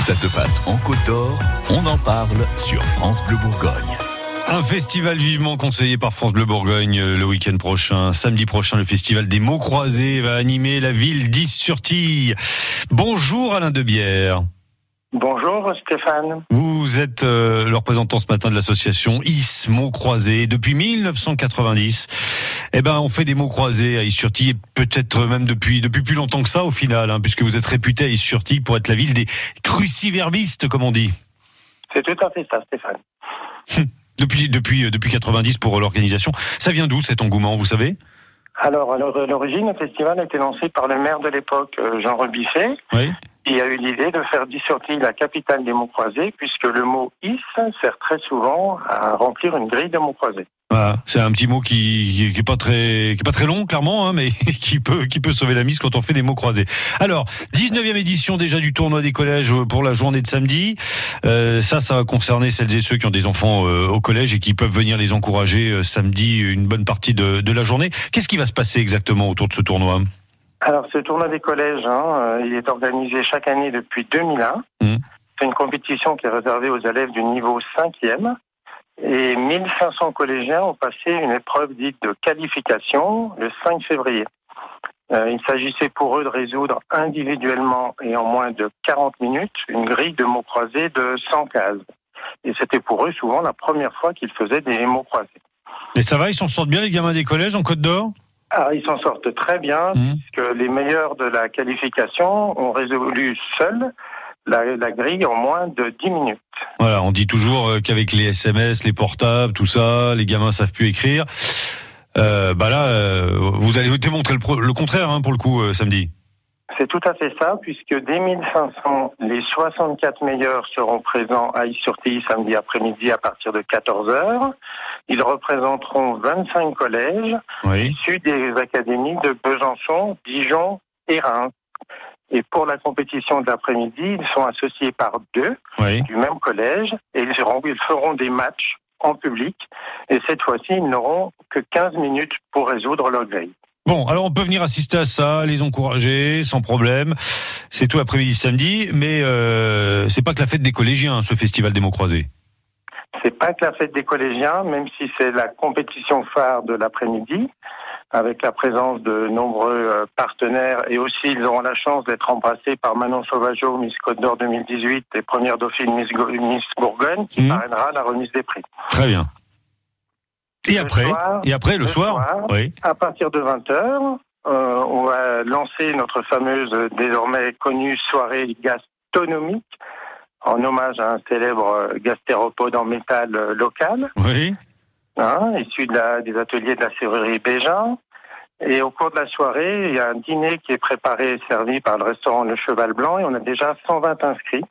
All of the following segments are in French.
Ça se passe en Côte d'Or, on en parle sur France Bleu Bourgogne. Un festival vivement conseillé par France Bleu Bourgogne le week-end prochain. Samedi prochain, le festival des mots croisés va animer la ville d'Is-sur-Tille. Bonjour Alain Debière. Bonjour Stéphane. Vous êtes le représentant ce matin de l'association Is Mots Croisés. Depuis 1990, on fait des mots croisés à Is-sur-Tille, peut-être même depuis plus longtemps que ça au final, puisque vous êtes réputé à Is-sur-Tille pour être la ville des cruciverbistes, comme on dit. C'est tout à fait ça, Stéphane. Depuis 90 pour l'organisation. Ça vient d'où cet engouement, vous savez ? Alors, à l'origine, le festival a été lancé par le maire de l'époque, Jean Rebuffet. Oui. Il a eu l'idée de faire d'Is-sur-Tille la capitale des mots croisés, puisque le mot Is sert très souvent à remplir une grille de mots croisés. Voilà, c'est un petit mot qui est pas très long, clairement, mais qui peut sauver la mise quand on fait des mots croisés. Alors, 19e édition déjà du tournoi des collèges pour la journée de samedi. Ça va concerner celles et ceux qui ont des enfants au collège et qui peuvent venir les encourager samedi une bonne partie de la journée. Qu'est-ce qui va se passer exactement autour de ce tournoi ? Alors, ce tournoi des collèges, il est organisé chaque année depuis 2001. C'est une compétition qui est réservée aux élèves du niveau 5e. Et 1500 collégiens ont passé une épreuve dite de qualification le 5 février. Il s'agissait pour eux de résoudre individuellement et en moins de 40 minutes une grille de mots croisés de 100 cases. Et c'était pour eux souvent la première fois qu'ils faisaient des mots croisés. Et ça va, ils s'en sortent bien les gamins des collèges en Côte d'Or ? Alors, ils s'en sortent très bien, puisque les meilleurs de la qualification ont résolu seuls la grille en moins de 10 minutes. Voilà, on dit toujours qu'avec les SMS, les portables, tout ça, les gamins savent plus écrire. Vous allez démontrer le contraire, pour le coup, samedi. C'est tout à fait ça, puisque dès 1500, les 64 meilleurs seront présents à Is-sur-Tille samedi après-midi à partir de 14h. Ils représenteront 25 collèges issus des académies de Besançon, Dijon et Reims. Et pour la compétition de l'après-midi, ils sont associés par deux du même collège et ils feront des matchs en public. Et cette fois-ci, ils n'auront que 15 minutes pour résoudre leur grille. Bon, alors on peut venir assister à ça, les encourager, sans problème. C'est tout après-midi samedi, mais c'est pas que la fête des collégiens, ce festival des mots croisés. C'est pas que la fête des collégiens, même si c'est la compétition phare de l'après-midi, avec la présence de nombreux partenaires, et aussi ils auront la chance d'être embrassés par Manon Sauvageau, Miss Côte d'Or 2018 et première dauphine Miss Bourgogne, qui parrainera la remise des prix. Très bien. Et après, le soir, à partir de 20h, on va lancer notre fameuse, désormais connue soirée gastronomique, en hommage à un célèbre gastéropode en métal local. Oui. Issu des ateliers de la serrurerie Bégin. Et au cours de la soirée, il y a un dîner qui est préparé et servi par le restaurant Le Cheval Blanc et on a déjà 120 inscrits.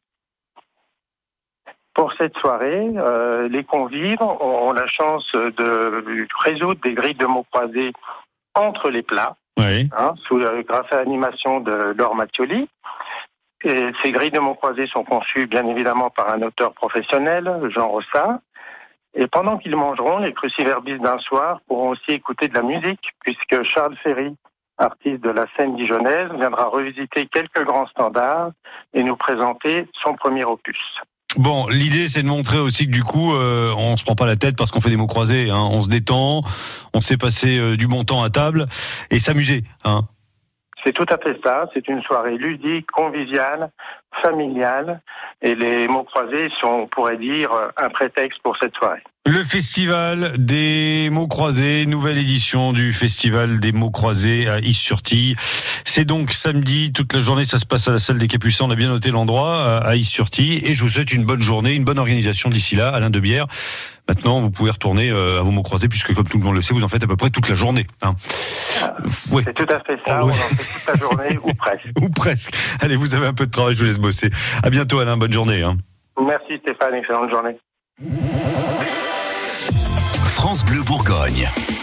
Pour cette soirée, les convives ont la chance de résoudre des grilles de mots croisés entre les plats, grâce à l'animation de Laure Mattioli. Et ces grilles de mots croisés sont conçues bien évidemment par un auteur professionnel, Jean Rossa. Et pendant qu'ils mangeront, les cruciverbistes d'un soir pourront aussi écouter de la musique, puisque Charles Ferry, artiste de la scène dijonnaise, viendra revisiter quelques grands standards et nous présenter son premier opus. Bon, l'idée c'est de montrer aussi que du coup, on se prend pas la tête parce qu'on fait des mots croisés. On se détend, on sait passer du bon temps à table et s'amuser. C'est tout à fait ça. C'est une soirée ludique, conviviale, familiale. Et les mots croisés sont, on pourrait dire, un prétexte pour cette soirée. Le festival des mots croisés, nouvelle édition du festival des mots croisés à Is-sur-Tille. C'est donc samedi, toute la journée, ça se passe à la salle des Capucins. On a bien noté l'endroit, à Is-sur-Tille. Et je vous souhaite une bonne journée, une bonne organisation d'ici là, Alain Debière. Maintenant, vous pouvez retourner à vos mots croisés, puisque comme tout le monde le sait, vous en faites à peu près toute la journée. C'est tout à fait ça, on en fait toute la journée, ou presque. Ou presque. Allez, vous avez un peu de travail, je vous laisse bosser. À bientôt Alain, bonne journée. Merci Stéphane, excellente journée. France Bleu Bourgogne.